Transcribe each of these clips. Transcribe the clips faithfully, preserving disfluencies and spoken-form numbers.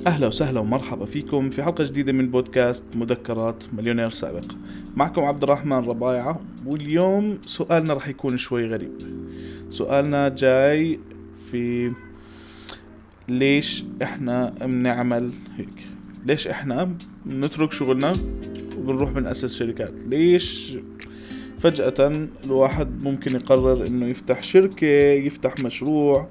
أهلا وسهلا ومرحبا فيكم في حلقة جديدة من بودكاست مذكرات مليونير سابق. معكم عبد الرحمن ربايعة، واليوم سؤالنا رح يكون شوي غريب. سؤالنا جاي في ليش إحنا بنعمل هيك؟ ليش إحنا بنترك شغلنا وبنروح بنأسس شركات؟ ليش فجأة الواحد ممكن يقرر إنه يفتح شركة، يفتح مشروع،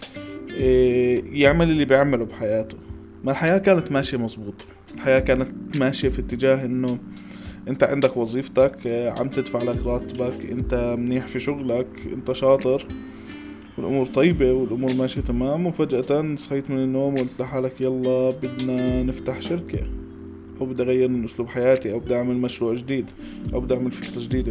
يعمل اللي بيعمله بحياته؟ ما الحياة كانت ماشية مظبوط، الحياة كانت ماشية في اتجاه انه انت عندك وظيفتك، عم تدفع لك راتبك، انت منيح في شغلك، انت شاطر والامور طيبة والامور ماشية تمام، وفجأة صحيت من النوم وقلت لحالك يلا بدنا نفتح شركة، او بدي اغير من اسلوب حياتي، او بدي اعمل مشروع جديد، او بدي اعمل فكرة جديدة.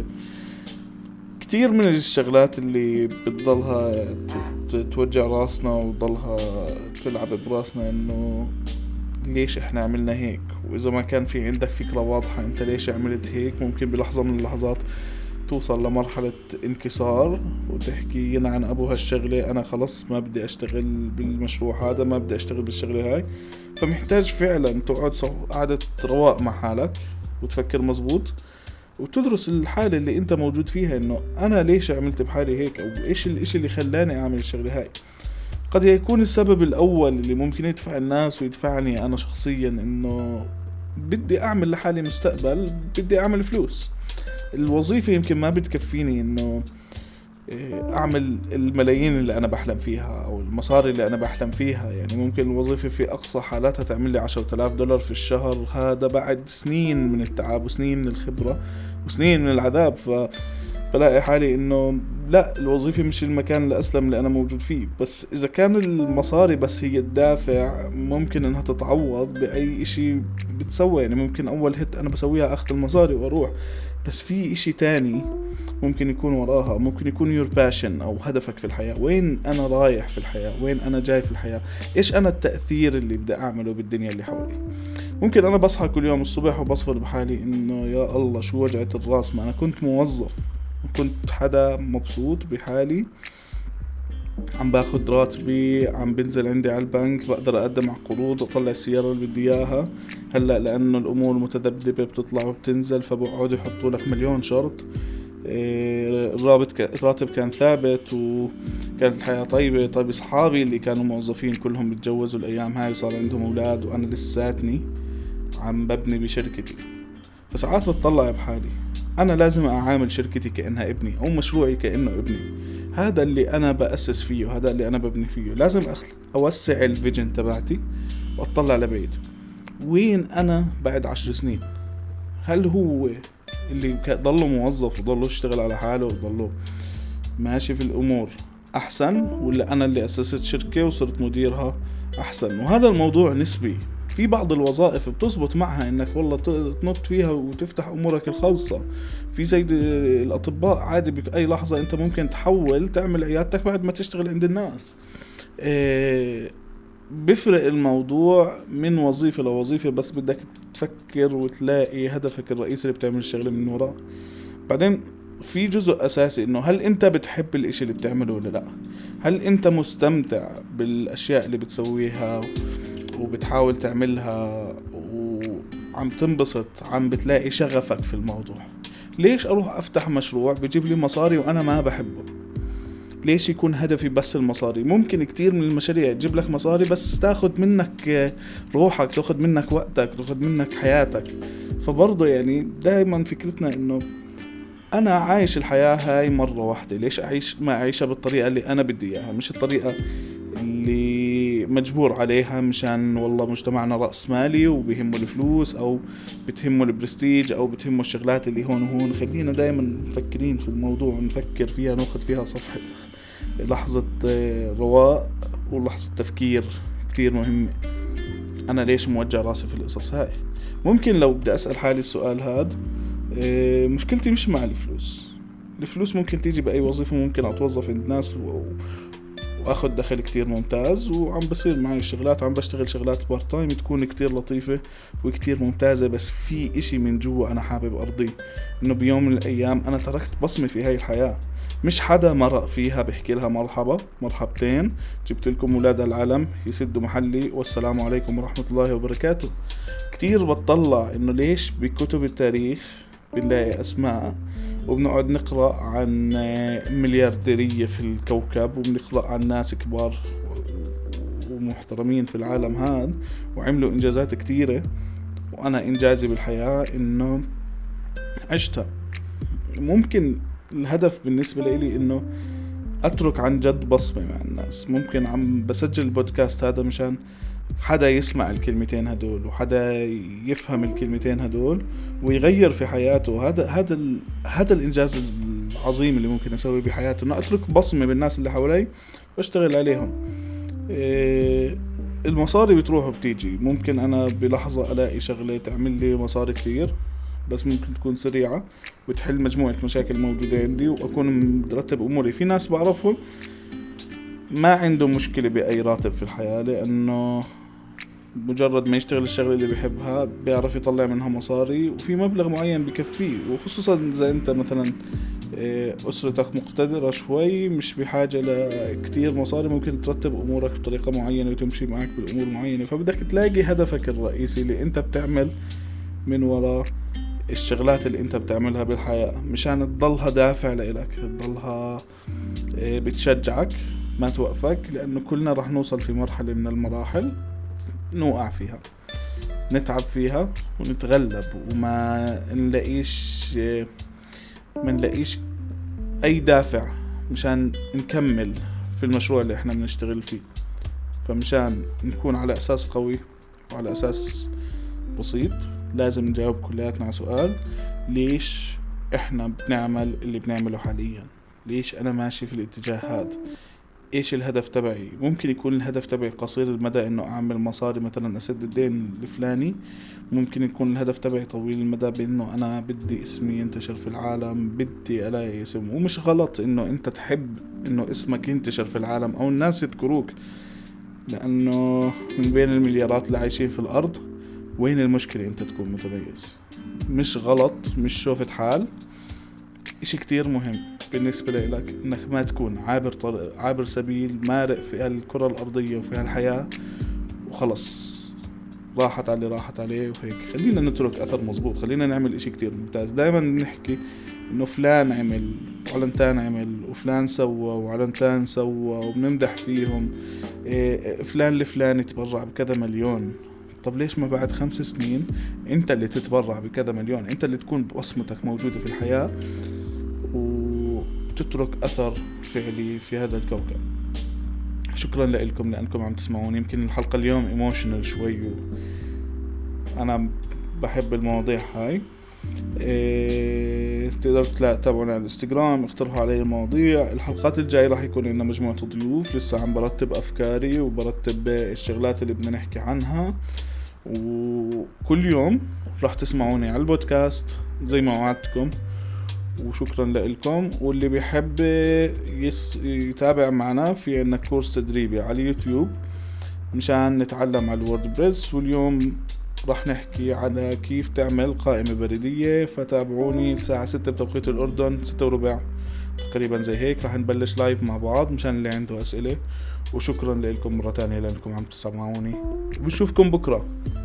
كتير من الشغلات اللي بتضلها توجع راسنا وتضلها تلعب براسنا انه ليش احنا عملنا هيك، واذا ما كان في عندك فكرة واضحة انت ليش عملت هيك، ممكن بلحظة من اللحظات توصل لمرحلة انكسار وتحكي ينعن ابو هالشغلة، انا خلص ما بدي اشتغل بالمشروع هذا، ما بدي اشتغل بالشغلة هاي. فمحتاج فعلا تقعد قعدة رواق مع حالك وتفكر مزبوط وتدرس الحالة اللي انت موجود فيها، انه انا ليش عملت بحالي هيك، او ايش الاشي اللي خلاني اعمل الشغلة هاي. قد يكون السبب الاول اللي ممكن يدفع الناس ويدفعني انا شخصيا انه بدي اعمل لحالي مستقبل، بدي اعمل فلوس. الوظيفة يمكن ما بتكفيني انه اعمل الملايين اللي انا بحلم فيها او المصاري اللي انا بحلم فيها. يعني ممكن الوظيفة في اقصى حالاتها تعمل لي عشرة آلاف دولار في الشهر، هذا بعد سنين من التعب وسنين من الخبرة وسنين من العذاب. ف بلاقي حالي انه لا، الوظيفة مش المكان الاسلم اللي انا موجود فيه. بس اذا كان المصاري بس هي الدافع، ممكن انها تتعوض باي اشي بتسوى. يعني ممكن اول هت انا بسويها اخذ المصاري واروح، بس في اشي تاني ممكن يكون وراها، ممكن يكون your passion او هدفك في الحياة. وين انا رايح في الحياة، وين انا جاي في الحياة، ايش انا التأثير اللي بدي اعمله بالدنيا اللي حوالي. ممكن انا بصحى كل يوم الصبح وبصفر بحالي انه يا الله شو وجعة الراس، ما انا كنت موظف وكنت حدا مبسوط بحالي، عم باخد راتبي، عم بنزل عندي على البنك، بقدر اقدم على قروض، اطلع السيارة اللي بدي اياها. هلأ لانه الامور متذبذبة بتطلع وبتنزل، فبقعدوا يحطوا لك مليون شرط. الرابط الراتب كان ثابت وكانت الحياة طيبة. طيب اصحابي اللي كانوا موظفين كلهم بتجوزوا الايام هاي وصار عندهم اولاد، وانا لساتني عم ببني بشركتي. فساعات بتطلع بحالي انا لازم اعامل شركتي كأنها ابني، او مشروعي كأنه ابني. هذا اللي انا بأسس فيه، هذا اللي انا ببني فيه. لازم اوسع الفيجن تبعتي واطلع لبعيد. وين انا بعد عشر سنين؟ هل هو اللي ضله موظف وضله يشتغل على حاله وضله ماشي في الامور احسن، ولا انا اللي اسست شركة وصرت مديرها احسن؟ وهذا الموضوع نسبي. في بعض الوظائف بتزبط معها انك والله تنط فيها وتفتح امورك الخاصة. في زي الاطباء عادي باي لحظة انت ممكن تحول تعمل عيادتك بعد ما تشتغل عند الناس. إيه بيفرق الموضوع من وظيفة لوظيفة، بس بدك تفكر وتلاقي هدفك الرئيسي اللي بتعمل الشغلة من وراه. بعدين في جزء اساسي انه هل انت بتحب الاشي اللي بتعمله ولا لا؟ هل انت مستمتع بالاشياء اللي بتسويها وبتحاول تعملها وعم تنبسط، عم بتلاقي شغفك في الموضوع؟ ليش اروح افتح مشروع بيجيب لي مصاري وانا ما بحبه؟ ليش يكون هدفي بس المصاري؟ ممكن كتير من المشاريع تجيب لك مصاري بس تاخد منك روحك، تاخد منك وقتك، تاخد منك حياتك. فبرضه يعني دائما فكرتنا انه انا عايش الحياة هاي مرة واحدة، ليش اعيش ما اعيشها بالطريقة اللي انا بدي اياها، مش الطريقة اللي مجبور عليها مشان والله مجتمعنا رأس مالي وبيهمه الفلوس، او بتهمه البرستيج، او بتهمه الشغلات اللي هون وهون. خلينا دائما مفكرين في الموضوع ونفكر فيها، ناخد فيها صفحة لحظة رواء ولحظة تفكير كتير مهمة. أنا ليش موجع راسي في القصص هاي؟ ممكن لو بدي أسأل حالي السؤال هاد، مشكلتي مش مع الفلوس. الفلوس ممكن تيجي بأي وظيفة، ممكن أتوظف عند ناس واخد دخل كتير ممتاز، وعم بصير معي الشغلات، عم بشتغل شغلات بارت تايم تكون كتير لطيفة وكتير ممتازة. بس في اشي من جوا انا حابب ارضيه، انه بيوم من الايام انا تركت بصمة في هاي الحياة. مش حدا مرق فيها بحكي لها مرحبا مرحبتين، جبت لكم ولاد العالم يسدوا محلي والسلام عليكم ورحمة الله وبركاته. كتير بتطلع انه ليش بكتب التاريخ بنلاقي اسماء، وبنقعد نقرأ عن مليارديرية في الكوكب، وبنقرأ عن ناس كبار ومحترمين في العالم هذا وعملوا إنجازات كتيرة، وأنا إنجازي بالحياة إنه عشتها. ممكن الهدف بالنسبة لي إنه أترك عن جد بصمة مع الناس. ممكن عم بسجل البودكاست هذا مشان حدا يسمع الكلمتين هدول، وحدا يفهم الكلمتين هدول ويغير في حياته. هذا هذا هذا الإنجاز العظيم اللي ممكن أسويه بحياته، إنه أترك بصمة بالناس اللي حوالي واشتغل عليهم. إيه المصاري بتروح وبتيجي، ممكن أنا بلحظة ألاقي شغلة تعمل لي مصاري كتير، بس ممكن تكون سريعة وتحل مجموعة مشاكل موجودة عندي وأكون مرتب أموري. في ناس بعرفهم ما عنده مشكلة بأي راتب في الحياة، لأنه مجرد ما يشتغل الشغلة اللي بيحبها بيعرف يطلع منها مصاري، وفي مبلغ معين بكفيه. وخصوصا إذا أنت مثلا أسرتك مقتدرة شوي، مش بحاجة لكتير مصاري، ممكن ترتب أمورك بطريقة معينة وتمشي معك بالأمور معينة. فبدك تلاقي هدفك الرئيسي اللي أنت بتعمل من وراء الشغلات اللي أنت بتعملها بالحياة، مشان تضلها دافع لإلك، تضلها بتشجعك، ما توقفك. لأنه كلنا رح نوصل في مرحلة من المراحل نوقع فيها، نتعب فيها ونتغلب، وما نلاقيش ما نلاقيش أي دافع مشان نكمل في المشروع اللي احنا بنشتغل فيه. فمشان نكون على أساس قوي وعلى أساس بسيط، لازم نجاوب كلياتنا على سؤال: ليش احنا بنعمل اللي بنعمله حاليا؟ ليش أنا ماشي في الاتجاه هذا؟ ايش الهدف تبعي؟ ممكن يكون الهدف تبعي قصير المدى، انه اعمل مصاري مثلا اسد الدين الفلاني. ممكن يكون الهدف تبعي طويل المدى، بانه انا بدي اسمي ينتشر في العالم، بدي الاقي اسم. ومش غلط انه انت تحب انه اسمك ينتشر في العالم او الناس يذكروك، لانه من بين المليارات اللي عايشين في الارض وين المشكلة انت تكون متميز؟ مش غلط، مش شوفة حال. اشي كتير مهم بالنسبة لك انك ما تكون عابر طر... عابر سبيل مارق في الكرة الارضية وفي الحياة وخلص راحت علي راحت عليه وهيك. خلينا نترك اثر مزبوط، خلينا نعمل اشي كتير ممتاز. دايما نحكي انه فلان عمل وعلنتان عمل وفلان سوى وعلنتان سوى وبنمدح فيهم. إيه فلان لفلان تبرع بكذا مليون. طب ليش ما بعد خمس سنين انت اللي تتبرع بكذا مليون، انت اللي تكون بصمتك موجودة في الحياة وتترك أثر فعلي في هذا الكوكب. شكرا لكم لأنكم عم تسمعوني. يمكن الحلقة اليوم ايموشنال شوي، أنا بحب المواضيع هاي. إيه تقدروا تتابعونا على الانستغرام، اقترحوا علي المواضيع. الحلقات الجاية راح يكون لنا مجموعة ضيوف، لسه عم برتب أفكاري وبرتب الشغلات اللي بدنا نحكي عنها. وكل يوم راح تسمعوني على البودكاست زي ما وعدتكم، وشكرا لكم. واللي بيحب يس يتابع معنا، في عنا كورس تدريبي على اليوتيوب مشان نتعلم على الووردبريس. واليوم راح نحكي على كيف تعمل قائمة بريدية، فتابعوني الساعة ستة بتوقيت الأردن، ستة وربع تقريبا زي هيك. راح نبلش لايف مع بعض مشان اللي عنده أسئلة. وشكرا لكم مرة تانية لأنكم عم تسمعوني، وبنشوفكم بكرة.